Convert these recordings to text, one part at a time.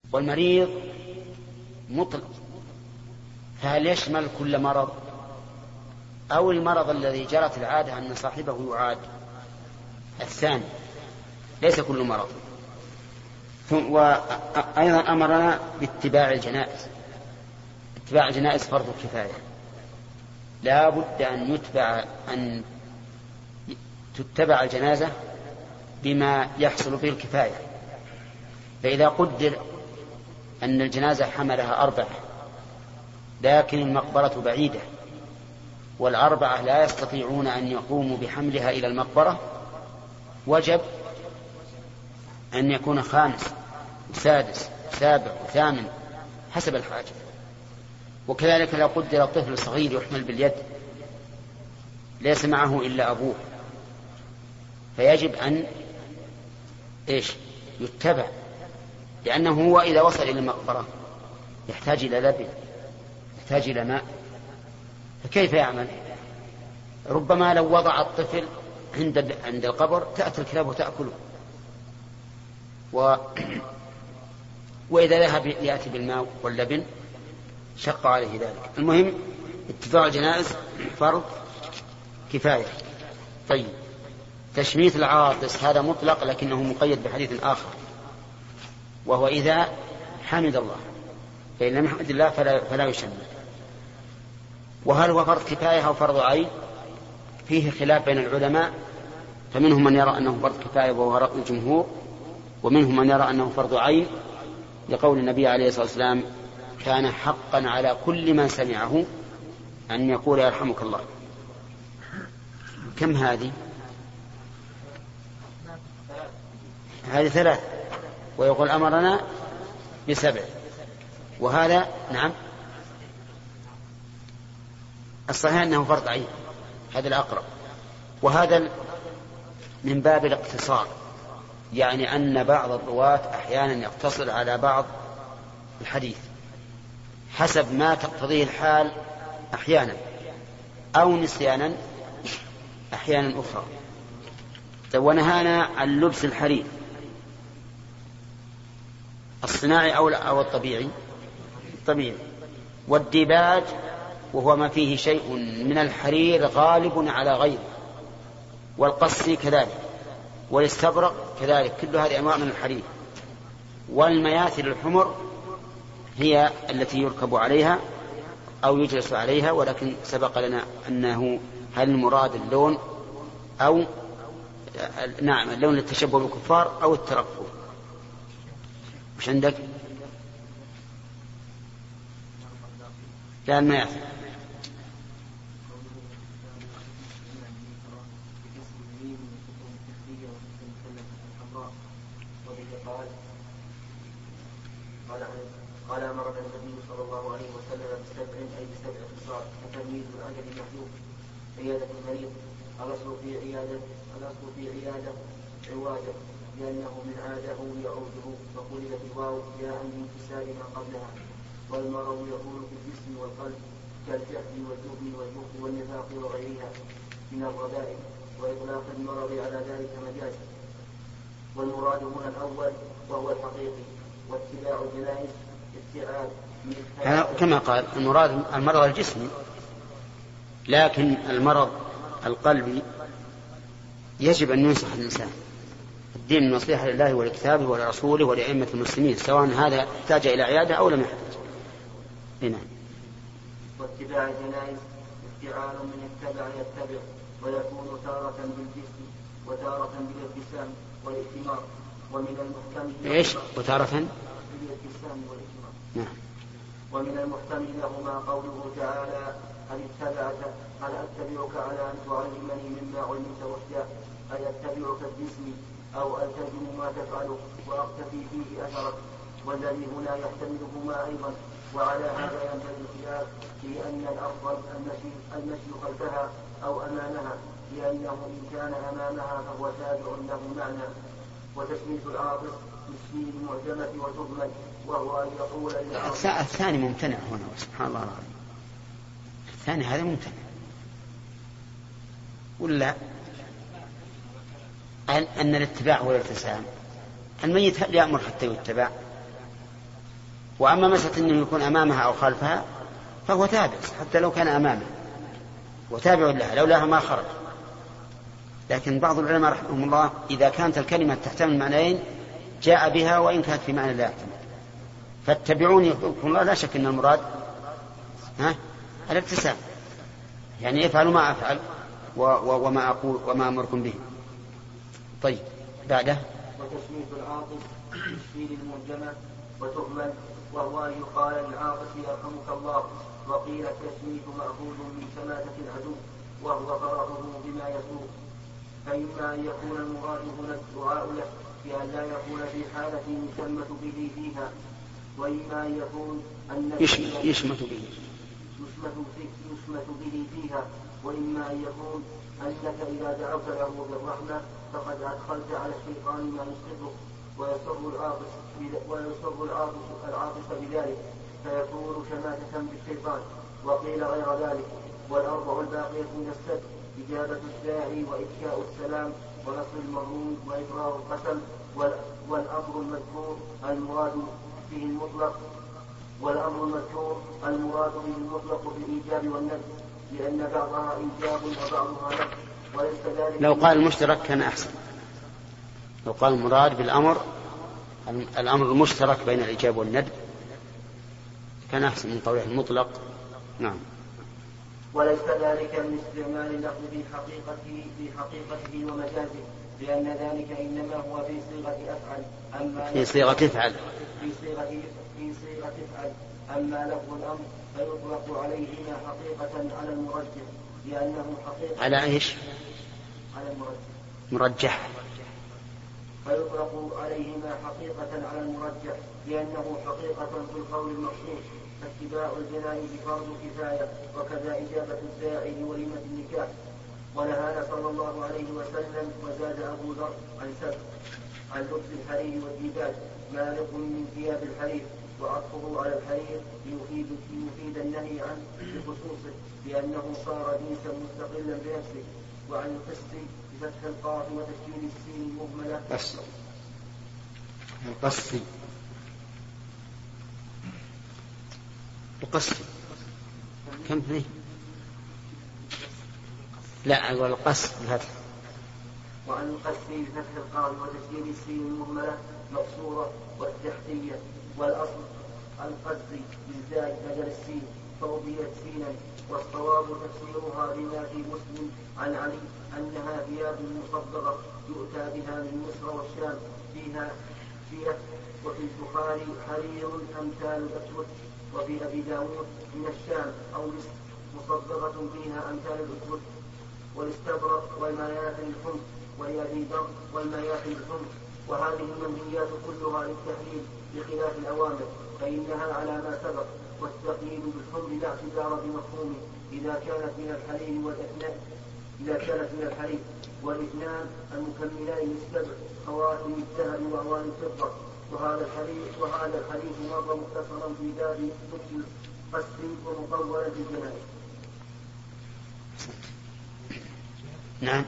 والمريض مطلق، فهل يشمل كل مرض أو المرض الذي جرت العادة أن صاحبه يعاد؟ الثاني، ليس كل مرض. وأيضا أمرنا باتباع الجنائز. اتباع الجنائز فرض كفاية، لا بد أن تتبع الجنازة بما يحصل به الكفاية. فإذا قدر أن الجنازة حملها 4 لكن المقبرة بعيدة وال4 لا يستطيعون أن يقوموا بحملها إلى المقبرة، وجب أن يكون 5 و6 و7 و8 حسب الحاجة. وكذلك لو قدر طفل صغير يحمل باليد ليس معه إلا أبوه، فيجب أن يتبع، لأنه هو إذا وصل إلى المقبرة يحتاج إلى لبن، يحتاج إلى ماء، فكيف يعمل؟ ربما لو وضع الطفل عند القبر تأتي الكلاب وتأكله، وإذا ذهب يأتي بالماء واللبن شق عليه ذلك. المهم اتباع الجنائز فرض كفاية. طيب، تشميت العاطس هذا مطلق لكنه مقيد بحديث آخر، وهو إذا حمد الله، فإن لم يحمد الله فلا يشمت. وهل هو فرض كفاية أو فرض عين؟ فيه خلاف بين العلماء، فمنهم من يرى أنه فرض كفاية وهو رأي الجمهور، ومنهم من يرى أنه فرض عين لقول النبي عليه الصلاة والسلام: كان حقا على كل من سمعه أن يقول يرحمك الله. كم هذه 3، ويقول أمرنا ب7، وهذا نعم الصحيح أنه فرض عين، هذا الأقرب. وهذا من باب الاقتصار، يعني أن بعض الرواة أحيانا يقتصر على بعض الحديث حسب ما تقتضيه الحال أحيانا، أو نسيانا أحيانا أخرى. ونهانا عن لبس الحرير الصناعي أو الطبيعي، والديباج وهو ما فيه شيء من الحرير غالب على غيره، والقصي كذلك، والاستبرق كذلك، كل هذه أنواع من الحرير. والمياثل الحمر هي التي يركب عليها أو يجلس عليها، ولكن سبق لنا أنه هل المراد اللون أو نعم اللون للتشبه بالكفار أو الترفه. مش عندك؟ لا، المياثل. قال أمرنا النبي صلى الله عليه وسلم ب7 أي ب7 خصال: التمييز والعجل المحلوف، عيادة المريض. الأصل في عيادة عواده، لأنه من عاده يعوده، فقلبت الواو جاء من انكسار ما قبلها. والمرض يكون في الجسم والقلب كالجهل والجبن والبخل والنفاق وغيرها من الرذائل، وإطلاق المرض على ذلك مجاز. والمراد هنا الأول وهو الحقيقي، واتباع الجنائز كما قال المراد المرض الجسمي، لكن المرض القلبي يجب أن ينصح الإنسان. الدين نصيحة لله ولكتابه ولرسوله ولأئمة المسلمين، سواء هذا احتاج إلى عيادة أو لم يحتاج. هنا واتباع الجنائز افتعال من اتبع يتبع، ويكون تارة بالجسم وتارة بالابتسام والاهتمام. ومن المحتمل وتارة بالابتسام والاهتمام. نعم. ومن المحتمل لهما قوله تعالى: هل أتبعك على أن تعلمني مما علمت رشدا، أي أتبعك باسمي أو ألتزم ما تفعله وأقتفي فيه أثرك. والذي هنا يحتملهما أيضا. وعلى هذا ينبغي الخلاف في أن الأفضل المشي خلفها أو أمامها، لأنه إن كان أمامها فهو تابع له معنى. وتشميت العاطس بالسين المعجمة وتضمن، وهو أن يقول الثاني ممتنع هنا، سبحان الله العظيم. الثاني هذا ممتنع ولا أن الاتباع هو الالتزام؟ الميت هل يأمر حتى يتبع؟ وأما مسألة أنه يكون أمامها أو خلفها فهو تابع حتى لو كان أمامه وتابع لها، لولاها ما خرج. لكن بعض العلماء رحمهم الله إذا كانت الكلمة تحتمل معنيين جاء بها وإن كانت في معنى لا يحتمل. فاتبعوني يحببكم الله لا شك أن المراد الابتسام، يعني افعلوا ما أفعل وما أقول وما أمركم به. طيب بعده وتشميت العاطس تشميل المرجمة وتهمل، وهو أن يقال للعاطس يرحمك الله، وقيل التشميت مأخوذ من شماتة العدو وهو فرحه بما يسوء. فإما أن يكون المراد هنا الدعاء له بأن لا يكون في حالة يشمت به فيها، وإما أن يكون يشمت به فيها، وإما أن يكون أنك إذا دعوت له بالرحمة فقد أدخلت على الشيطان ما يسره ويسر العاطس بذلك فيكون شماتة بالشيطان. وقيل غير ذلك. والأربع الباقية من السد إجابة الداعي وإفشاء السلام ونصر المظلوم وإبرار القسم. والأمر المذكور المراد به المطلق بالإيجاب والندب، لأن بعضها إيجاب وبعضها ندب، وليس ذلك. لو قال المشترك كان أحسن، لو قال المراد بالأمر الأمر المشترك بين الإيجاب والندب كان أحسن من قوله المطلق. نعم. وليس ذلك من استعمال اللفظ في حقيقته ومجازه، لأن ذلك إنما هو في صيغة أفعل. في صيغة افعل. أما لفظ الأمر فيطلق عليهما حقيقة على المرجح، لأنه حقيقة على إيش؟ على مرجح. فيطلق عليهما حقيقة على المرجح لأنه حقيقة في القول المقصود. فاتباع الجنائز فرض كفاية، وكذا إجابة الداعي لوليمة النكاح. ونهانا صلى الله عليه وسلم. وزاد أبو ذر عن لبس الحرير والديباج ما لكم من ثياب الحرير، وعطفه على الحرير ليفيد النهي عنه بخصوصه لأنه صار جنسا مستقلا بنفسه. وعن القسط بفتح القاف وتشكيل السين مهملة. القسط كم فيه؟ لا أقول القسط بفتح. وعن القسط بفتح القاف وتشكيل السين المهملة مكسورة والتحتية. والأصل القسط بالزاي بدل السين فأبيت سينا. والصواب تفسيرها بما في مسلم عن علي أنها ثياب مصبغة يؤتى بها من مصر والشام فيها وفي البخاري حرير أمثال الأسود. وفي أبي داود من الشام أو مصبغة فيها أمثال الأسود. والاستبرق والمايات الحمر ولأبي ذر والمايات الحمر. وهذه المنهيات كلها للتحليل بخلاف الأوامر فإنها على ما سبق. والتقييد بالحمر لا اعتبار بمفهومه إذا كانت من الحرير والاثنان المكملان للسبع خواتم الذهب وأواني الفضة. وهذا الحديث مر مختصرا في باب لبس القسط ومطولا بالجنائز. نعم.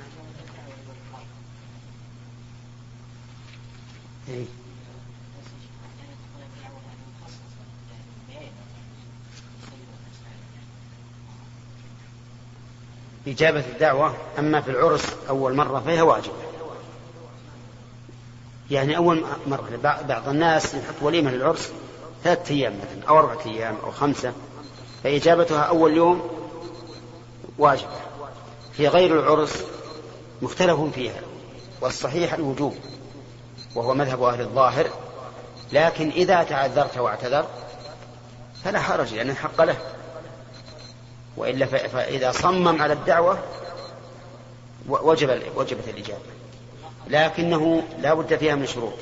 إجابة الدعوة أما في العرس أول مرة فهي واجب، يعني أول مرة بعض الناس يحط وليمة للعرس 3 أيام مثلا أو 4 أيام أو 5، فإجابتها أول يوم واجب. في غير العرس مختلف فيها، والصحيح الوجوب وهو مذهب أهل الظاهر، لكن إذا تعذرت واعتذر فلا حرج لأن الحق له، وإلا فإذا صمم على الدعوة وجبت الإجابة، لكنه لا بد فيها من شروط: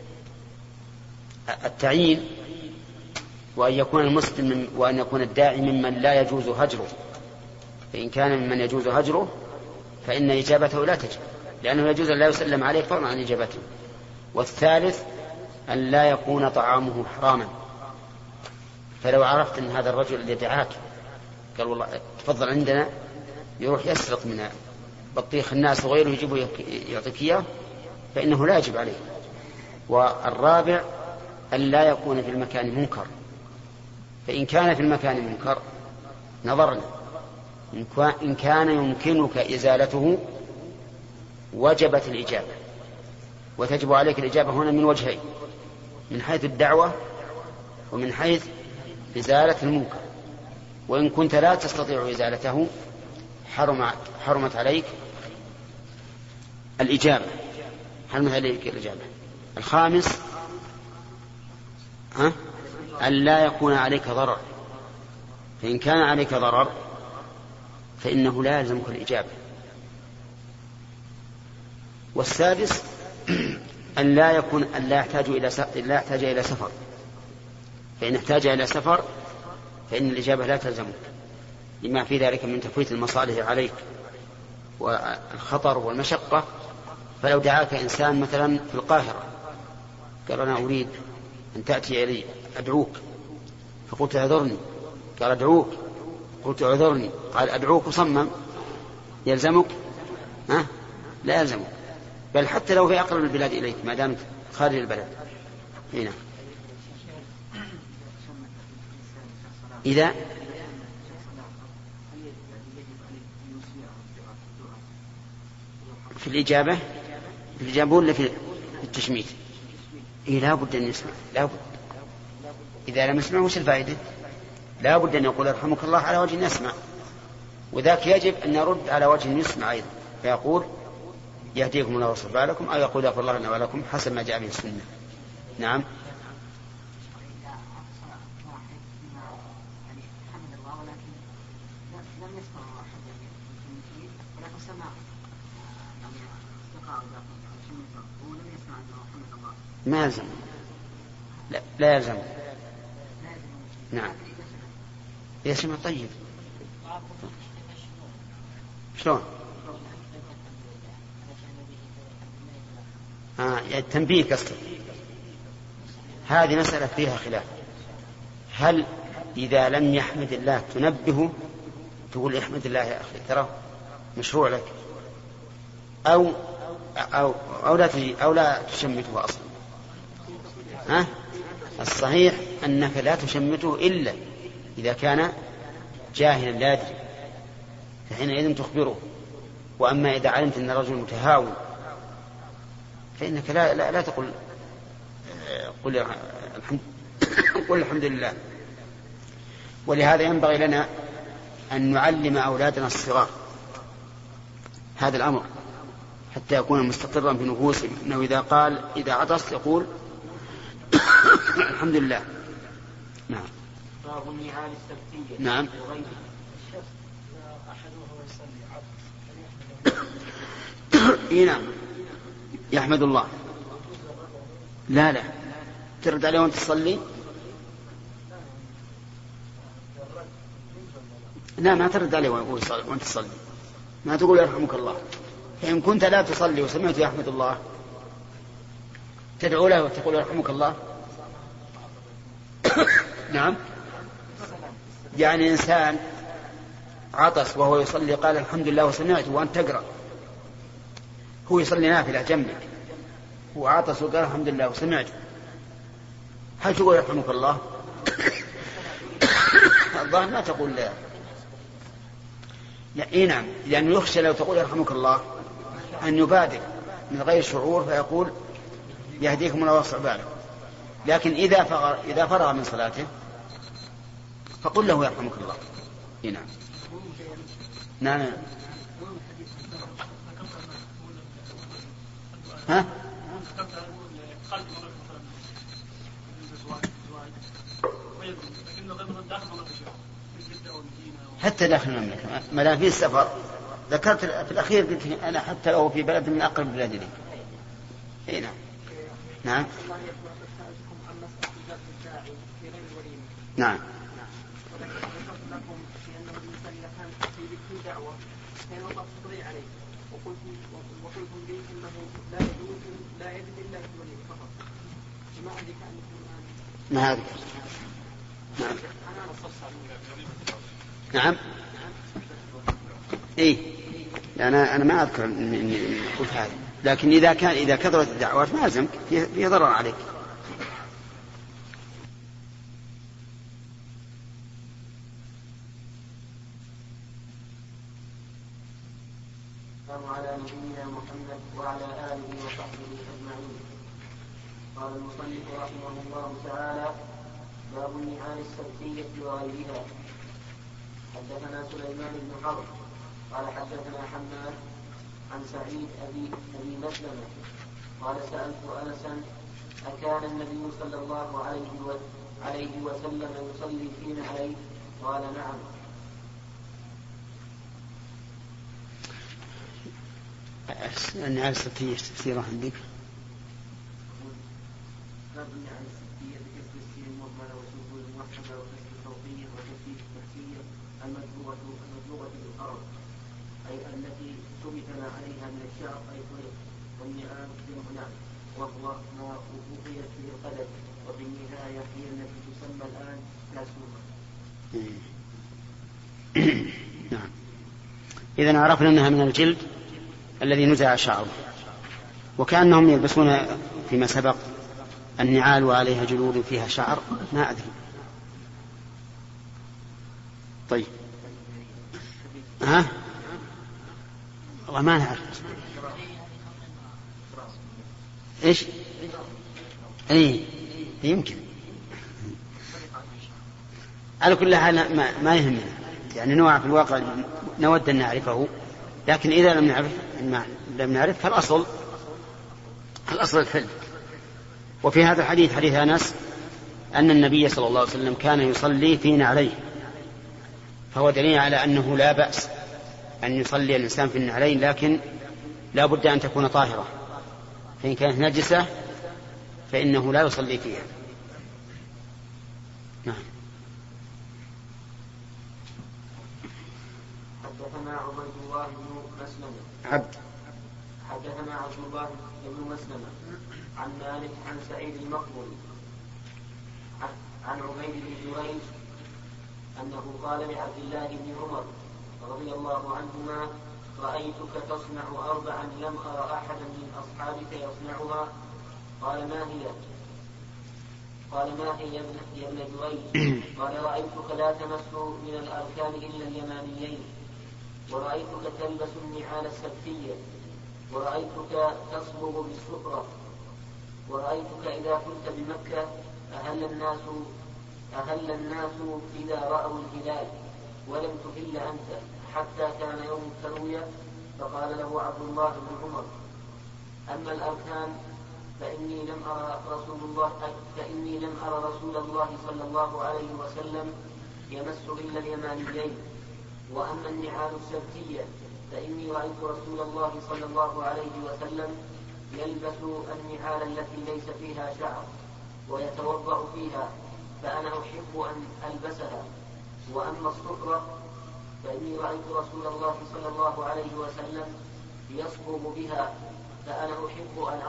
التعيين، وأن يكون المسلم وأن يكون الداعي ممن لا يجوز هجره، فإن كان ممن يجوز هجره فإن إجابته لا تجب، لأنه يجوز أن لا يسلم عليه فضلا عن إجابته. والثالث أن لا يكون طعامه حراما، فلو عرفت أن هذا الرجل الذي دعاك قال والله تفضل عندنا، يروح يسرق من بطيخ الناس وغيره يجيبه يعطيك إياه، فإنه لا يجب عليه. والرابع أن لا يكون في المكان منكر، فإن كان في المكان منكر نظرنا، إن كان يمكنك إزالته وجبت الإجابة، وتجب عليك الإجابة هنا من وجهين: من حيث الدعوة ومن حيث إزالة المنكر. وإن كنت لا تستطيع إزالته حرمت عليك الإجابة. الخامس أن لا يكون عليك ضرر، فإن كان عليك ضرر فإنه لا يلزمك الإجابة. والسادس أن لا يحتاج إلى سفر، فإن احتاج إلى سفر فإن الإجابة لا تلزمك، لما في ذلك من تفويت المصالح عليك والخطر والمشقة. فلو دعاك إنسان مثلا في القاهرة قال: أنا أريد أن تأتي إلي أدعوك، فقلت: اعذرني. قال: أدعوك. قلت: اعذرني. قال: أدعوك. وصمم، يلزمك؟ لا يلزمك، بل حتى لو في أقرب البلاد إليك ما دامت خارج البلد. هنا إذا في الإجابة ولا في التشميت؟ لا بد أن يسمع، لا بد. إذا لم يسمع وش الفائدة؟ لا بد أن يقول: يرحمك الله على وجه يسمع، وذاك يجب أن يرد على وجه يسمع أيضا، فيقول: يهديكم الله ويصلح بالكم، أو يقول: يغفر الله لنا ولكم، حسب ما جاء به السنة. نعم. ما يلزم، لا يلزم. نعم. يسمع. طيب شلون؟ التنبيه قصدي. هذه مسألة فيها خلاف. هل إذا لم يحمد الله تنبهه تقول: احمد الله يا أخي ترى مشروع لك، أو لا تشمته أصلا؟ الصحيح أنك لا تشمته إلا إذا كان جاهلا لا يدري، فحينئذ تخبره. وأما إذا علمت أن الرجل متهاون فإنك لا تقول: قل الحمد لله. ولهذا ينبغي لنا أن نعلم أولادنا الصغار هذا الأمر حتى يكون مستقرا في نفوسهم، أنه إذا عطس يقول: الحمد لله. نعم. باب النعال السبتية. نعم. نعم، يحمد الله. لا ترد عليه وانت تصلي. لا، ما ترد عليه وانت تصلي، ما تقول: يرحمك الله. فإن كنت لا تصلي وسمعت يحمد الله تدعو له وتقول: يرحمك الله. نعم. يعني إنسان عطس وهو يصلي قال: الحمد لله وسمعته، وأنت تقرأ، هو يصلي نافلة جنبك، هو عطس وقال: الحمد لله وسمعته، هل تقول: يرحمك الله؟ الظاهر ما تقول لا. نعم، لأنه يخشى لو تقول: يرحمك الله أن يبادر من غير شعور فيقول: يهديكم الله ويصلح بالكم. لكن إذا فرغ من صلاته فقل له: يرحمك الله. نعم. نعم. حتى داخل المملكة ما دام في السفر. ذكرت في الأخير قلت أنا حتى لو في بلد من أقرب البلاد لي. نعم. نعم. نعم. ما هذا؟ نعم. نعم. أنا ما أذكر إني قلت هذا، لكن إذا كثرت الدعوات ما ألزمك، فيه ضرر عليك. على نبينا محمد وعلى آله وصحبه أجمعين. قال المصنف رحمه الله تعالى: باب النعال السبتية وغيرها. حدثنا سليمان بن حرب قال حدثنا حماد عن سعيد أبي مسلمة قال: سألت أنسا: أكان النبي صلى الله عليه وسلم يصلي فينا عليه؟ قال: نعم. النعال السبتية تفسيرها عندك؟ باب النعال السبتية بكسر السين المهملة وسكون الموحدة وكسر الصوتية وتشديد التحسية المدلوغة بالأرض، أي التي ثبتنا عليها من الشعر أي طريق. والنعال بالهناء وهو ما أوقيت به القدم، وفي النهاية هي التي تسمى الآن كاسومة. نعم. إذن عرفنا أنها من الجلد الذي نزع شعره، وكأنهم يلبسون فيما سبق النعال وعليها جلود فيها شعر، ما أدري. طيب، والله ما نعرف إيش. يمكن على كل حال ما يهمنا، يعني نوع في الواقع نود أن نعرفه، لكن إذا لم نعرف فالأصل الحل. وفي هذا الحديث حديث أنس أن النبي صلى الله عليه وسلم كان يصلي في نعليه، فهو دليل على أنه لا بأس أن يصلي الإنسان في النعلين، لكن لا بد أن تكون طاهرة، فإن كانت نجسة فإنه لا يصلي فيها. نعم. حدثنا عبد الله بن مسلمة عن مالك عن سعيد المقبري عن عبيد بن جريج أنه قال لعبد الله بن عمر رضي الله عنهما: رأيتك تصنع 4 لم أرى أحدا من أصحابك يصنعها. قال: ما هي يا ابن جريج؟ قال: رأيتك لا تمس من الأركان إلا اليمانيين، ورأيتك تلبس النعال السبتية، ورأيتك تصبغ بالسفرة، ورأيتك إذا كنت بمكة أهل الناس إذا رأوا الهلال ولم تهل أنت، حتى كان يوم التروية. فقال له عبد الله بن عمر: أما الأركان فإني لم أرى رسول الله صلى الله عليه وسلم يمس إلا اليمانيين، وأما النعال السبتية فإني رأيت رسول الله صلى الله عليه وسلم يلبس النعال التي ليس فيها شعر ويتوضأ فيها، فأنا أحب أن ألبسها. وأما الصفرة فإني رأيت رسول الله صلى الله عليه وسلم يصبغ بها، فأنا أحب أن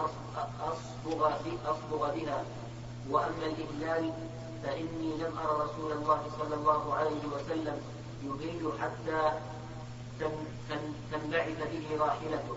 أصبغ بها. وأما الإهلال فإني لم أرى رسول الله صلى الله عليه وسلم يهل حتى تنبعث به راحلته.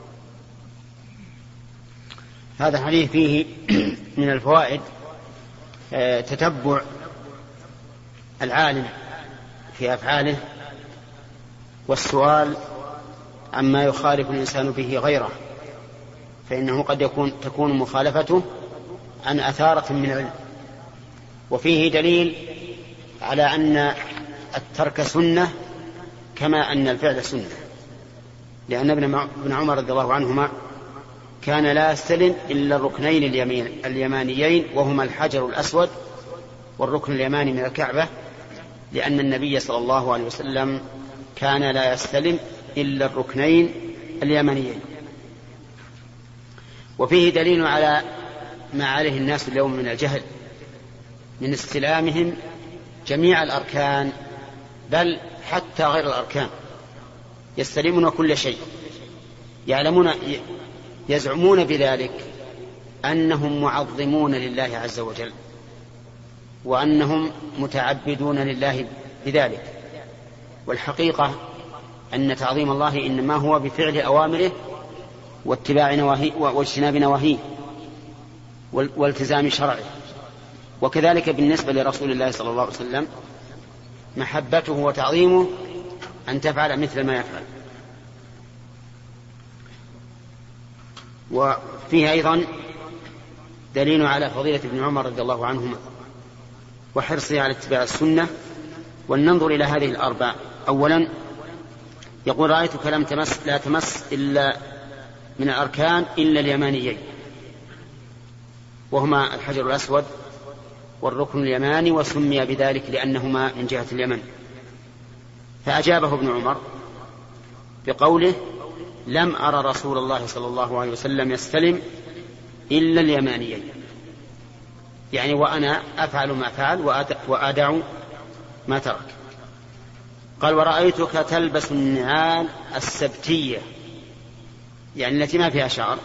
هذا الحديث فيه من الفوائد تتبع العالم في أفعاله والسؤال عما يخالف الإنسان به غيره، فإنه قد تكون مخالفته عن أثارة من العلم. وفيه دليل على أن الترك سنة كما أن الفعل سنة، لأن ابن عمر رضي الله عنهما كان لا يستلم إلا الركنين اليمانيين، وهما الحجر الأسود والركن اليماني من الكعبة، لأن النبي صلى الله عليه وسلم كان لا يستلم إلا الركنين اليمانيين. وفيه دليل على ما عليه الناس اليوم من الجهل من استلامهم جميع الأركان، بل حتى غير الأركان يستلمون كل شيء، يزعمون بذلك أنهم معظمون لله عز وجل، وأنهم متعبدون لله بذلك. والحقيقة أن تعظيم الله إنما هو بفعل أوامره واتباع نواهيه واجتناب نواهيه والتزام شرعه. وكذلك بالنسبة لرسول الله صلى الله عليه وسلم محبته وتعظيمه أن تفعل مثل ما يفعل. وفيه أيضا دليل على فضيلة ابن عمر رضي الله عنهما وحرصه على اتباع السنة. ولننظر إلى هذه الأربع. أولا يقول رأيتك لا تمس إلا من الأركان إلا اليمانيين، وهما الحجر الأسود والركن اليماني، وسمي بذلك لأنهما من جهة اليمن. فأجابه ابن عمر بقوله لم أرى رسول الله صلى الله عليه وسلم يستلم إلا اليمانيين، يعني وأنا أفعل ما فعل وأدع ما ترك. قال ورأيتك تلبس النعال السبتية، يعني التي ما فيها شعر.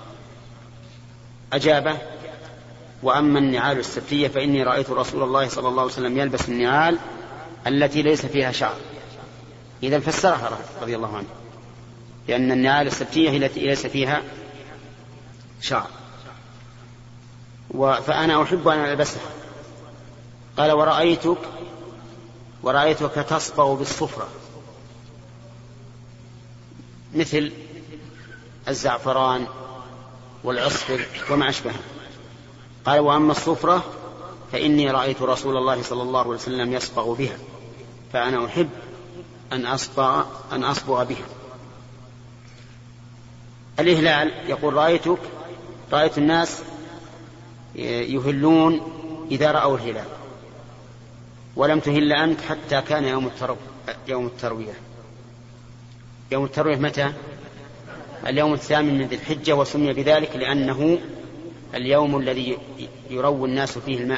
أجابه وأما النعال السبتية فإني رأيت رسول الله صلى الله عليه وسلم يلبس النعال التي ليس فيها شعر. إذن فسرها رضي الله عنه، لأن النعال السبتية هي التي ليس فيها شعر، فأنا أحب أن ألبسها. قال ورأيتك تصبغ بالصفرة مثل الزعفران والعصفر وما أشبهه. قال وأما الصفرة فإني رأيت رسول الله صلى الله عليه وسلم يصبغ بها، فأنا أحب أن أصبغ بها. الإهلال يقول رأيت الناس يهلون إذا رأوا الهلال، ولم تهل أنت حتى كان يوم التروية. يوم التروية متى؟ اليوم 8 من ذي الحجة، وسمي بذلك لأنه اليوم الذي يروي الناس فيه الماء.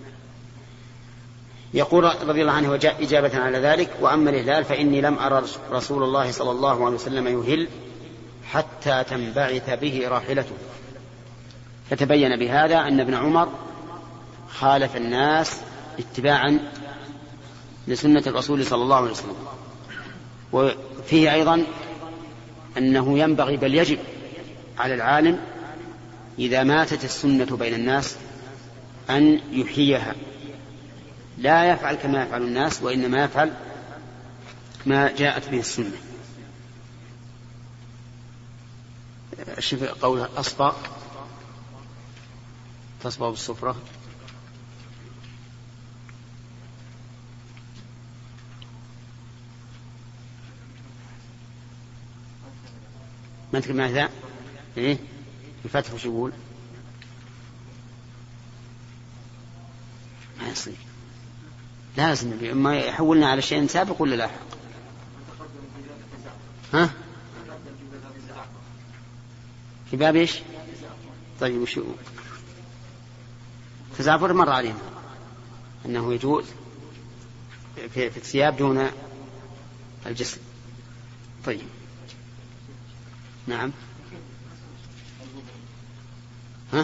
يقول رضي الله عنه وجاء إجابة على ذلك وأما الهلال فإني لم أرى رسول الله صلى الله عليه وسلم يهل حتى تنبعث به راحلته. فتبين بهذا أن ابن عمر خالف الناس اتباعا لسنة الرسول صلى الله عليه وسلم. وفيه أيضا أنه ينبغي بل يجب على العالم إذا ماتت السنة بين الناس أن يحييها، لا يفعل كما يفعل الناس، وإنما يفعل ما جاءت به السنة. شوف قول أصبغ تصبغ بالصفرة. ما تكلم ماذا؟ إيه؟ الفتح وش يقول؟ ما يصير، لازم ما يحولنا على شيء سابق ولا لاحق. ها؟ في باب إيش؟ طيب وش يقول؟ تزعفر مر علينا أنه يجوز في الثياب دون الجسم. طيب نعم. ها؟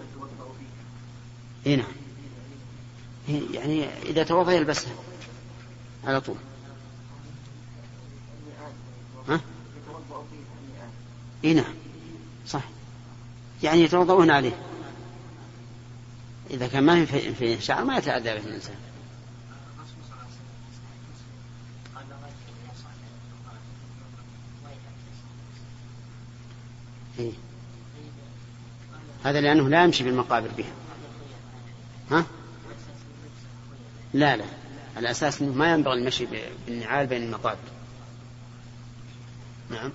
إيه نعم، يعني إذا توضأ يلبسها على طول. ها؟ إيه نعم صح، يعني يتوضؤون عليه. إذا كان ما في شعر ما يتأذى به الإنسان. إيه؟ هذا لأنه لا يمشي بالمقابر بها. ها؟ لا على أساس أنه ما ينبغي المشي بالنعال بين المقابر. نعم،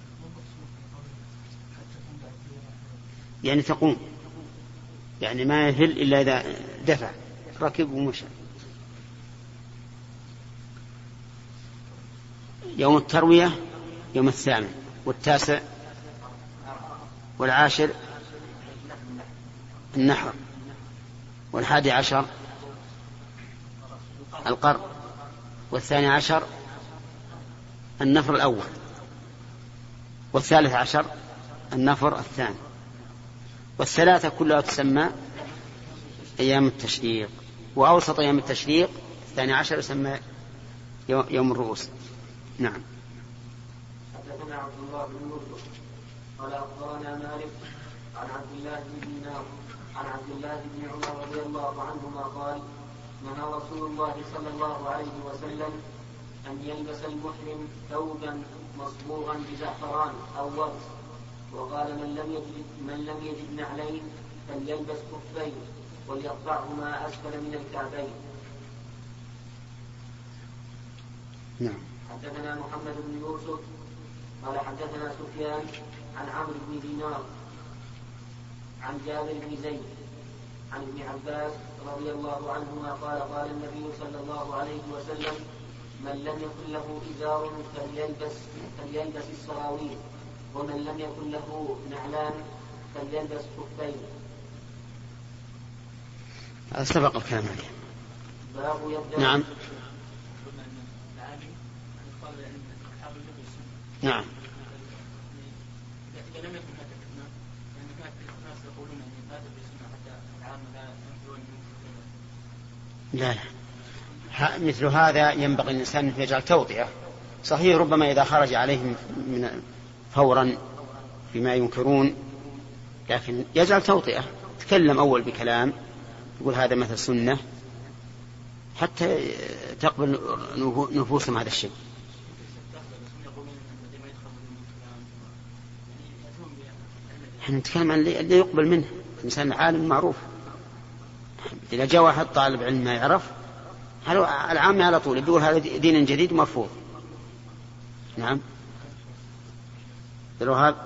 يعني تقوم، يعني ما يهل إلا إذا دفع ركب ومشى. يوم التروية يوم 8 و9 و10 النحر، و11 القر، و12 النفر الأول، و13 النفر الثاني، والثلاثة كلها تسمى أيام التشريق. وأوسط أيام التشريق 12 يسمى يوم الرؤوس. نعم. حدثنا عبد الله بن يوسف قال أخبرنا مالك عن عبد الله بن دينار عن عبد الله بن عمر رضي الله عنهما قال نهى رسول الله صلى الله عليه وسلم أن يلبس المحرم ثوبا مصبوغا بزعفران أو ورد وقال من لم يجد نعلين فليلبس خفين وليقطعهما أسفل من الكعبين. نعم. حدثنا محمد بن يوسف قال حدثنا سفيان عن عمرو بن دينار عن جابر بن زيد عن ابن عباس رضي الله عنهما قال قال النبي صلى الله عليه وسلم من لم يكن له إزار فليلبس السراويل ومن لم يكن له نعلان فليلبس خفين. سبق الكلام عليه. باب يبدأ. نعم. نعم. لا مثل هذا ينبغي الإنسان أن يجعل توطئة. صحيح ربما إذا خرج عليهم من فورا بما ينكرون، لكن يجعل توطئة، تكلم أول بكلام يقول هذا مثل سنة حتى تقبل نفوسهم هذا الشيء. نحن نتكلم عن اللي يقبل منه إنسان عالم معروف. إذا جاء واحد طالب علم ما يعرف العام على طول يقول هذا دين جديد مرفوض. نعم. الوهاب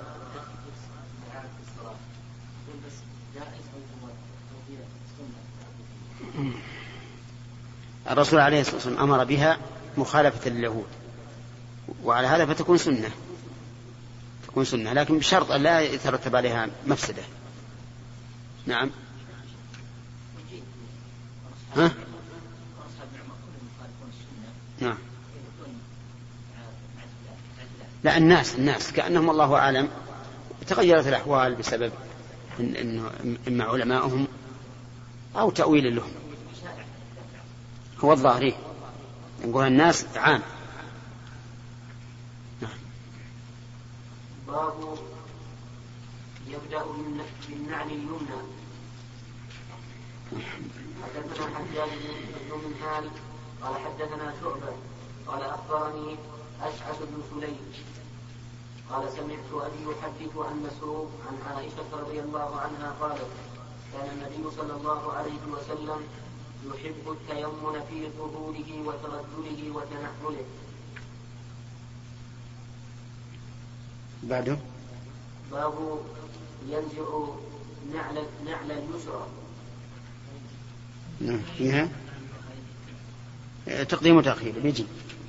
الرسول عليه الصلاة والسلام أمر بها مخالفة لليهود، وعلى هذا فتكون سنة، لكن بشرط أن لا يترتب عليها مفسدة. نعم. ها؟ نعم. لا الناس كأنهم الله أعلم تغيرت الأحوال بسبب إنه إما علماؤهم أو تأويل لهم. هو الظاهري نقول الناس عام. نعم. باب يبدأ بالنعل اليمنى. حدثنا حجاج بن منهال قال حدثنا شعبة قال أخبرني أشعث بن سليم قال سمعت أبي يحدث عن مسروق عن عائشة رضي الله عنها قالت كان النبي صلى الله عليه وسلم يحب التيمن في ظهوره وترجله وتنحله. بعده باب ينزع نعل اليسرى. نعم. فيها تقديم وتأخير بيجي.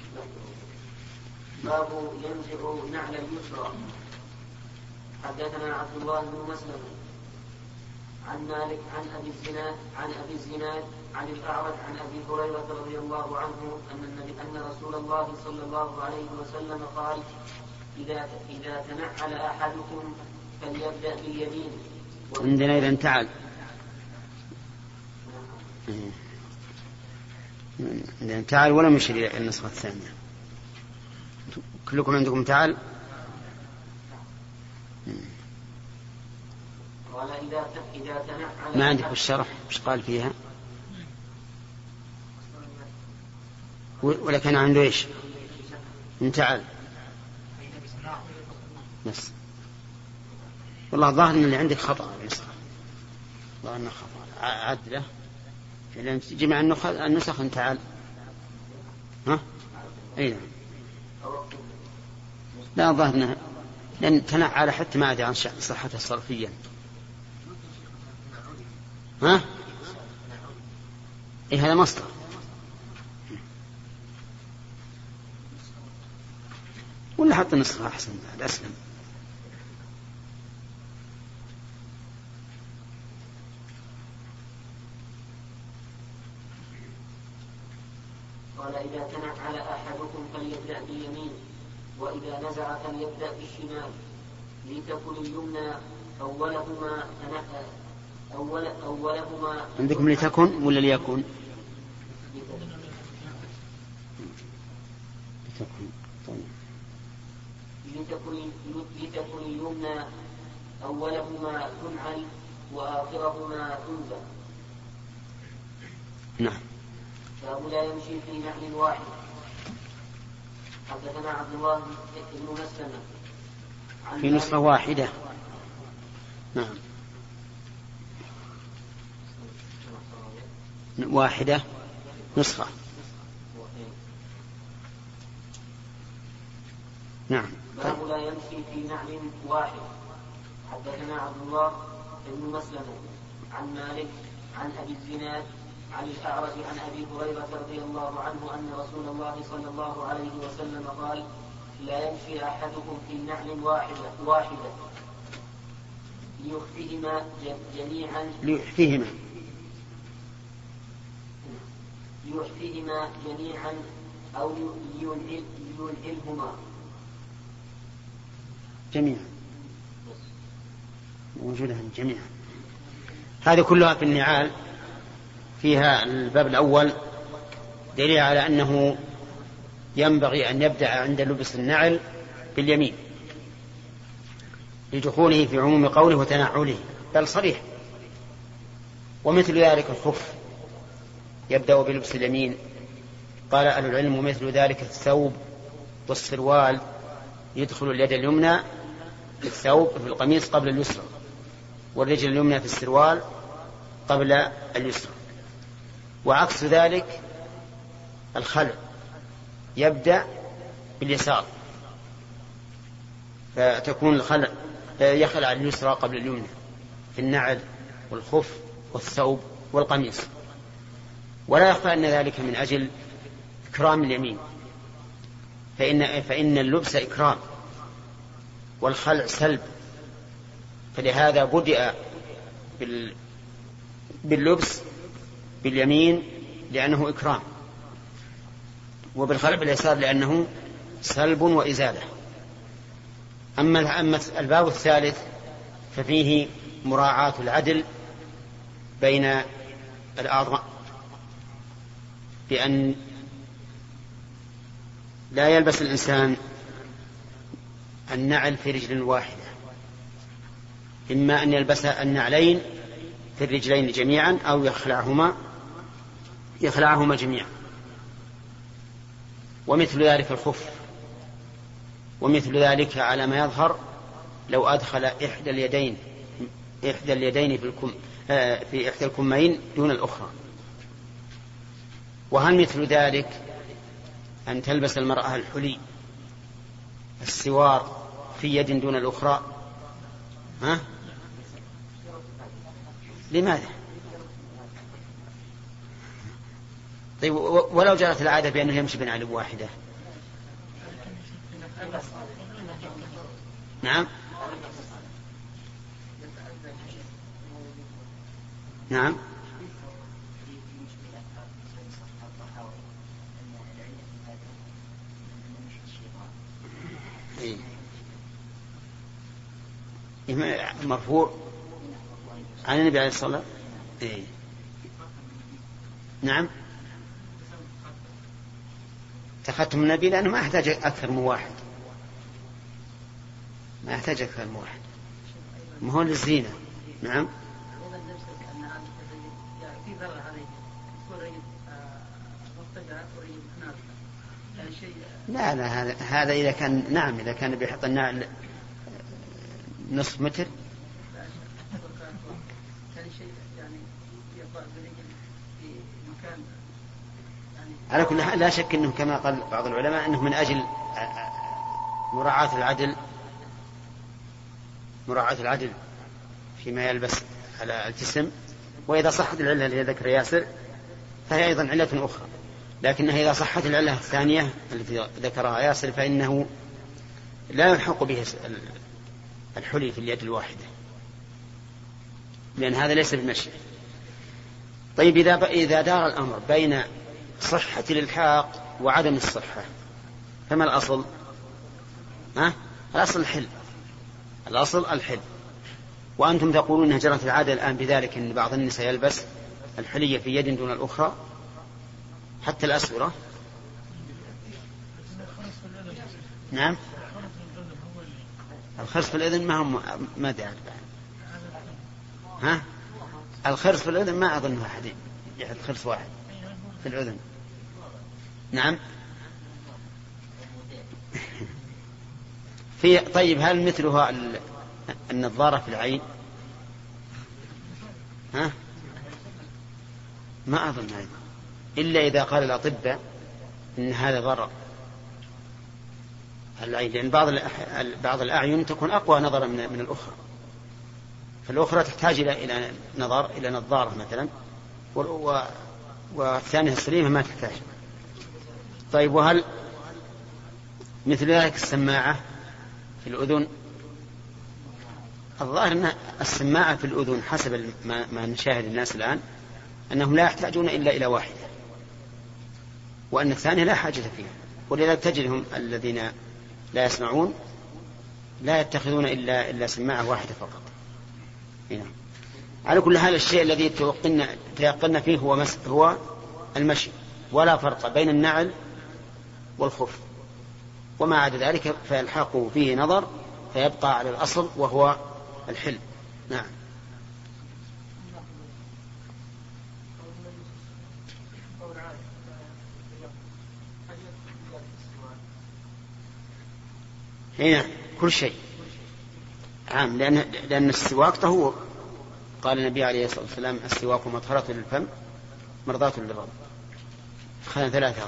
باب ينزع نعل اليسرى. حدثنا عبد الله بن مسلم عن مالك عن أبي الزناد عن الأعرج عن أبي هريرة رضي الله عنه أن رسول الله صلى الله عليه وسلم قال إذا تنعل أحدكم فليبدأ باليمين. عندنا إذا تعال تعال ولا مشي إلى النسخة الثانية. كلكم عندكم تعال. إذا تنعل ما عندك بالشرح مش قال فيها ولا كان عنده إيش تعال بس. والله ظاهر ان اللي عندك خطأ النسخة، ظاهر انه خطأ عدله لأن جمع النسخ تعال. ها اي لا ظاهرنا لأن تنعل حتى ما أدري عن صحتها صرفيا. ها اي هذا مصدر. ولا حط النسخة أحسن بعد أسلم. قال إذا تنعل أحدكم فليبدأ باليمين وإذا نزع فليبدأ بالشمال لتكن اليمنى أولهما عندكم لتكن ولا ليكن؟ لتكن اليمنى أولهما تنعل وآخرهما تنزع. نعم. فهو لا يمشي في نعل واحد. حدثنا عبد الله بن مسلم في نسخة واحدة نعم. واحدة نسخة. نعم. باب لا يمشي في نعل واحد. حدثنا عبد الله بن مسلم عن مالك عن أبي الزناد عن الأعرج عن أبي هريرة رضي الله عنه أن رسول الله صلى الله عليه وسلم قال لا يمشي أحدكم في نعل واحدة ليخفهما جميعا أو لينعلهما جميعا. موجودة جميعا. هذه كلها في النعال. فيها الباب الأول دليل على أنه ينبغي أن يبدأ عند لبس النعل باليمين لدخوله في عموم قوله وتنعله، بل صريح. ومثل ذلك الخف يبدأ بلبس اليمين. قال أهل العلم ومثل ذلك الثوب والسروال يدخل اليد اليمنى في الثوب في القميص قبل اليسرى، والرجل اليمنى في السروال قبل اليسرى. وعكس ذلك الخلع يبدأ باليسار، فتكون الخلع يخلع اليسرى قبل اليمنى في النعل والخف والثوب والقميص. ولا يخفى أن ذلك من أجل إكرام اليمين، فإن اللبس إكرام والخلع سلب، فلهذا بدأ باللبس باليمين لأنه إكرام، وبالخلع باليسار لأنه سلب وإزالة. أما الباب الثالث ففيه مراعاة العدل بين الأعضاء، بأن لا يلبس الإنسان النعل في رجل واحدة، إما أن يلبس النعلين في الرجلين جميعا أو يخلعهما جميعا. ومثل ذلك الخف، ومثل ذلك على ما يظهر لو أدخل إحدى اليدين في إحدى الكمين دون الأخرى. وهل مثل ذلك أن تلبس المرأة الحلي السوار في يد دون الأخرى؟ لماذا؟ طيب ولو جرت العادة بأنه يمشي بنعل واحدة؟ نعم نعم. مرفوع عن النبي عليه الصلاة والسلام. نعم تختم النبي لأنه ما يحتاج أكثر من واحد، ما يحتاج أكثر من واحد، ما هو للزينة. نعم. لا هذا إذا كان نعم إذا كان بيحط النعل نصف متر على كل حال لا شك أنه كما قال بعض العلماء أنه من أجل مراعاة العدل فيما يلبس على الجسم. وإذا صحت العلة التي ذكر ياسر فهي أيضا علة أخرى، لكنها إذا صحت العلة الثانية التي ذكرها ياسر فإنه لا يلحق به الحلي في اليد الواحدة، لأن هذا ليس بمشي. طيب إذا دار الأمر بين صحة الإلحاق وعدم الصحة فما الأصل؟ الأصل الحل. وأنتم تقولون أنها جرت العادة الآن بذلك أن بعض النساء يلبس الحلية في يد دون الأخرى حتى الأسورة. نعم الخرس في الأذن ما دعت الخرس في الأذن ما أظنه أحد يحط خرس واحد في الأذن. نعم طيب هل مثلها النظارة في العين ها؟ ما أظن هذا إلا إذا قال الأطباء إن هذا ضرر العين، لأن بعض الأعين تكون أقوى نظرا من الأخرى، فالأخرى تحتاج إلى نظر إلى نظارة مثلا، والثانية السليمة ما تحتاج. طيب، وهل مثل ذلك السماعة في الأذن؟ الظاهر أن السماعة في الأذن حسب ما نشاهد الناس الآن أنهم لا يحتاجون إلا إلى واحدة، وأن الثانية لا حاجة فيها، ولذلك تجدهم الذين لا يسمعون لا يتخذون إلا سماعة واحدة فقط. هنا. على كل حال الشيء الذي تيقن فيه هو المشي، ولا فرق بين النعل والخف، وما عدا ذلك فيلحقه فيه نظر فيبقى على الأصل وهو الحل. نعم. هنا كل شيء عام، لأن السواك طهور، قال النبي عليه الصلاة والسلام السواك مطهرة للفم مرضاة للرب. خلنا 3.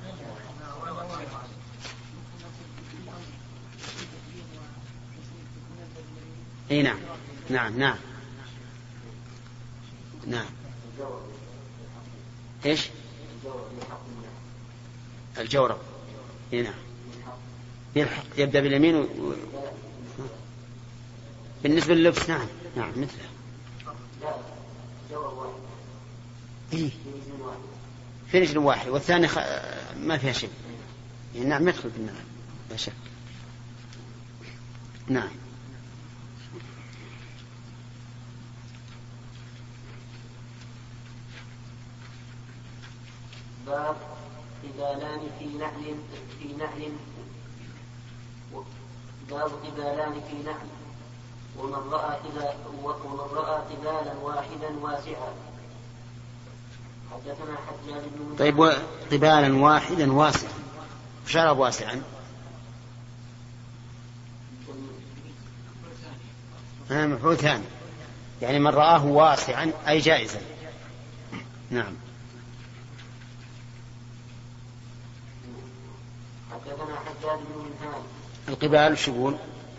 اي نعم نعم نعم نعم. ايش الجورب؟ اي نعم يلحق، يبدأ باليمين بالنسبة لللبس. نعم نعم مثله. إيه؟ في رجل واحد والثاني ما فيها شيء. نعم يدخل بالنار لا شك. نعم. باب قبالان في نعل باب قبالان في نعل ومن رأى قبالا واحدا واسعا. حدثنا حجاج بن. طيب، قبالا واحدا واسعا، وش عرب واسعا؟ مفعول ثاني، يعني من رآه واسعا أي جائزا. نعم. حدثنا حجاج بن منهال. القبال وش يقول؟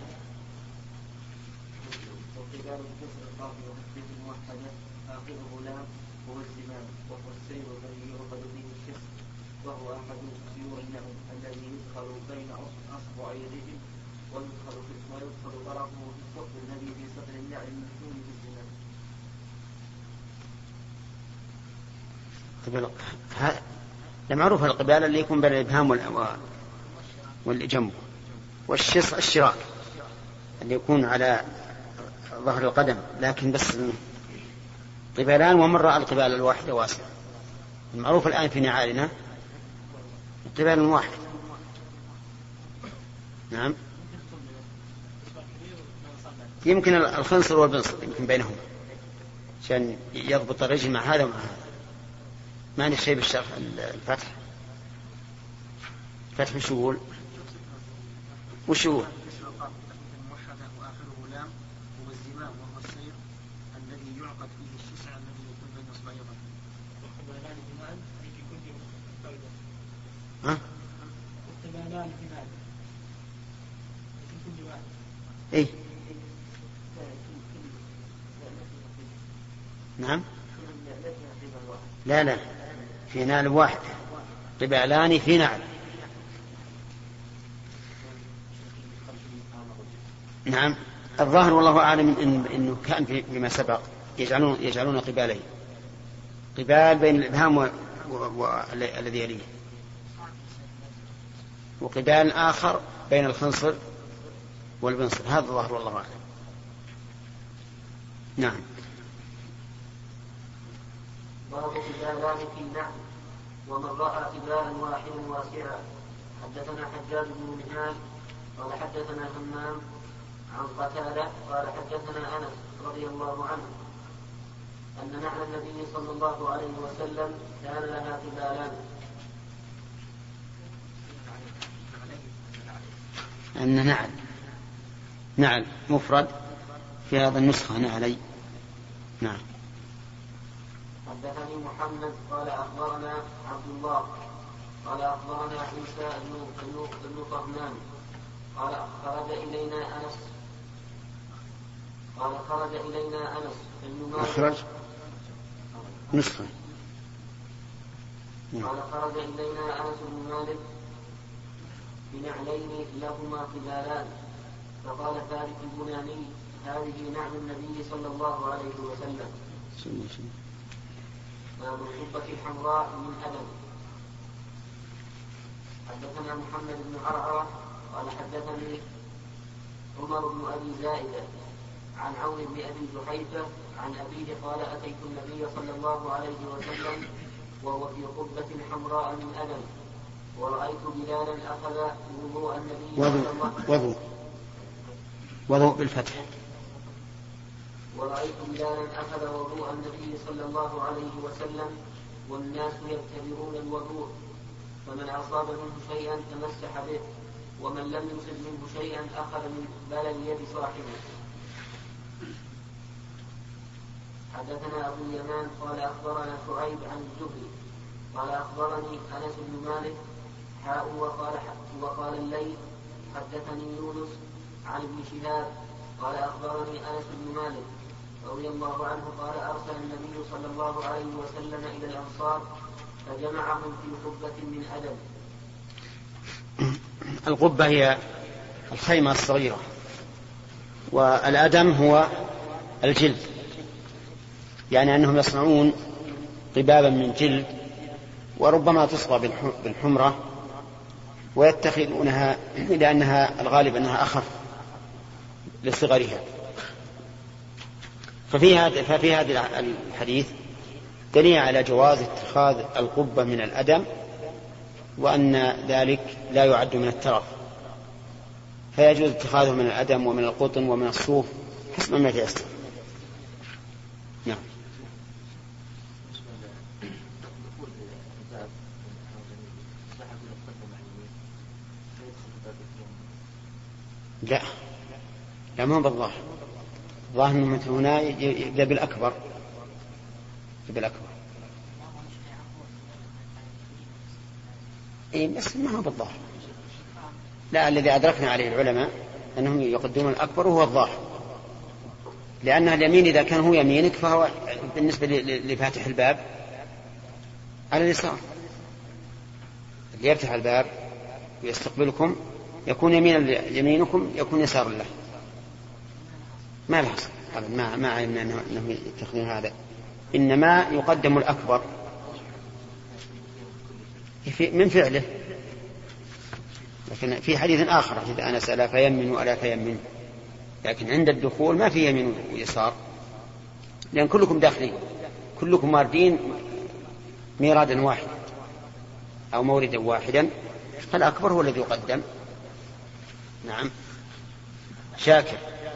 القبال الكسر الطافي والتسبيح الموحدة آخره لام وهو الزمام، وهو السير الذي يعقد به الشخص، وهو أحد سيور النعم الذي يدخل بين أصبع يده ويدخل طرفه في الثقب الذي في صدر النعل المكتوم بالزمام. معروف القبال اللي يكون بين الإبهام والجنب، والشص الشراك اللي يكون على ظهر القدم، لكن بس قبالان ومن رأى القبال الواحدة واسعة. المعروف الآن في نعالنا قبال واحد. نعم. يمكن الخنصر والبنصر يمكن بينهم عشان يضبط الرجل مع هذا ومع هذا. ما عندي شيء بالشرح. الفتح وش يقول؟ وش يقول؟ ها؟ إيه؟ نعم. لا في نعل واحد، قبالان في نعل. نعم. الظاهر والله أعلم إنه كان فيما سبق يجعلون قبالين، قبال بين الإبهام والذي يليه، وقبال آخر بين الخنصر والبنصر. هذا الظاهر والله أعلم. نعم. باب قبالان في النعل ومن رأى قبالا واحدا واسعا. حدثنا حجاج بن منهال قال حدثنا همام عن قتادة قال حدثنا أنس رضي الله عنه أن نعل النبي صلى الله عليه وسلم كان لها قبالان. أن نعل مفرد في هذا النسخة نعلي. نعم. حدثني محمد قال أخبرنا عبد الله قال أخبرنا عيسى بن طهمان قال خرج إلينا أنس بن مالك خرج نسخة قال خرج إلينا أنس بن مالك بنعلين لهما قبالان فقال ثابت البناني هذه نعل النبي صلى الله عليه وسلم باب القبة الحمراء من أدم. حدثنا محمد بن عرعرة قال حدثني عمر بن أبي زائدة عن عون بن أبي جحيفة عن أبيه قال أتيت النبي صلى الله عليه وسلم وهو في قبة حمراء من أدم ورأيت بلالا أخذ وضوء النبي صلى الله عليه وسلم وضوء بالفتح. ورأيت بلالا أخذ وضوء النبي صلى الله عليه وسلم والناس يبتدرون الوضوء فمن أصاب منه شيئا تمسح به ومن لم يصب منه شيئا أخذ من بلل يد صاحبه. حدثنا أبو اليمان قال أخبرنا شعيب عن الزهري قال أخبرني أنس بن مالك وقال الليل حدثني يونس عن ابن شهاب قال أخبرني أنس بن مالك رضي الله عنه قال أرسل النبي صلى الله عليه وسلم إلى الأنصار فجمعهم في قبة من أدم. القبة هي الخيمة الصغيرة والأدم هو الجلد، يعني أنهم يصنعون قبابا من جلد وربما تصبغ بالحمرة ويتخذونها لأنها الغالب أنها أخف لصغرها. ففي هذا الحديث دليل على جواز اتخاذ القبة من الأدم وأن ذلك لا يعد من الترف، فيجوز اتخاذه من الأدم ومن القطن ومن الصوف حسب ما يتيسر. نعم. لا ما بالظاهر، ظاهر أنه مثل هنا يبدأ بالأكبر إيه بس ما هو بالظاهر. لا، الذي أدركنا عليه العلماء أنهم يقدمون الأكبر وهو الظاهر، لأن اليمين إذا كان هو يمينك فهو بالنسبة لفاتح الباب على اليسار، اللي يفتح الباب ويستقبلكم يكون يمينكم يكون يسار له. ما له حصر ما علمنا أنهم يتخذون هذا، إنما يقدم الأكبر من فعله. لكن في حديث آخر إذا أنا سألا فيمن ولا فيمن، لكن عند الدخول ما في يمين ويسار، لأن كلكم داخلين كلكم واردين ميرادا واحدا أو موردا واحدا، فالأكبر هو الذي يقدم. نعم. شاكر.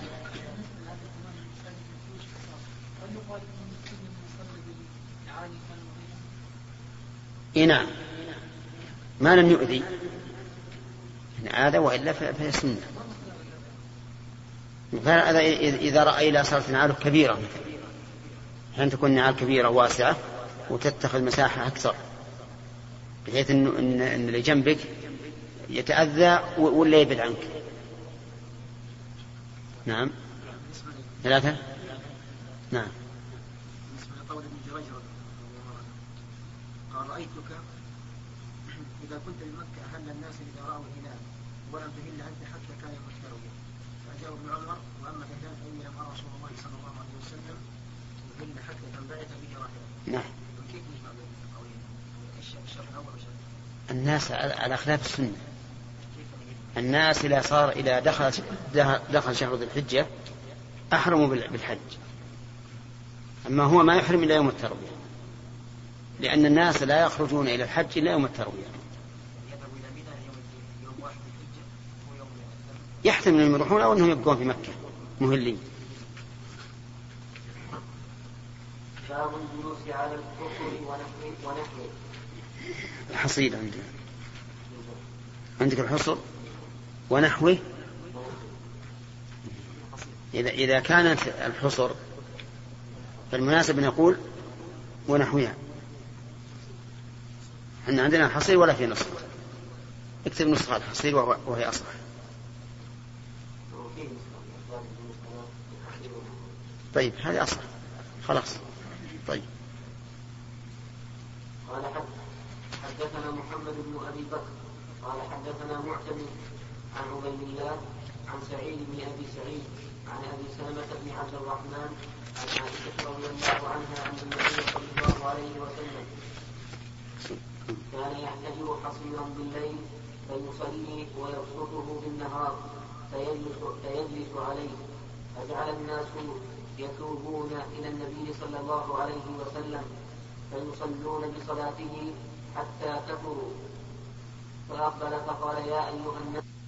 نعم، ما لم يؤذي عادة وإلا فهي سنة. إذا رأى إلى صارت نعاله كبيرة مثلا، حين تكون نعال كبيرة واسعة وتتخذ مساحة أكثر بحيث أن اللي جنبك يتأذى ولا يبعد عنك. نعم. 3. نعم. قال رأيتك إذا كنت بمكة أهل الناس إذا رأوا الهلال ولم تهل أنت حتى كان مكترويا. فأجاب ابن عمر وأما الهلال فإني لم أرى رسول الله صلى الله عليه وسلم يهل حتى تنبعث به راحلة. نعم. كيف نجمع بين القولين؟ الشرط الأول والشرط الناس على خلاف السنة. الناس إذا دخل شهر ذي الحجة أحرموا بالحج، أما هو ما يحرم إلا يوم التروية، لأن الناس لا يخرجون إلى الحج إلا يوم التروية. يحتمل أنهم يروحون أو أنهم يبقون في مكة مهلين. باب الجلوس على الكفر ونحوه. الحصير عندك الحصر ونحوه. إذا كانت الحصر فالمناسب أن يقول ونحوها. احنا عندنا الحصير ولا في نسخة. اكتب نسخة الحصير وهي أصح. طيب هذه أصح خلاص. طيب. قال حدثنا محمد بن أبي بكر قال حدثنا معتمد عن عبيد الله عن سعيد بن أبي سعيد عن أبي سلمة بن عبد الرحمن عن عائشة رضي الله عنها أن النبي صلى الله عليه وسلم كان يحتجر حصيرا بالليل فيصلي ويبسطه بالنهار فيجلس عليه، فجعل الناس يتوبون إلى النبي صلى الله عليه وسلم فيصلون بصلاته حتى كفروا، فأقبل فقال يا أيها الناس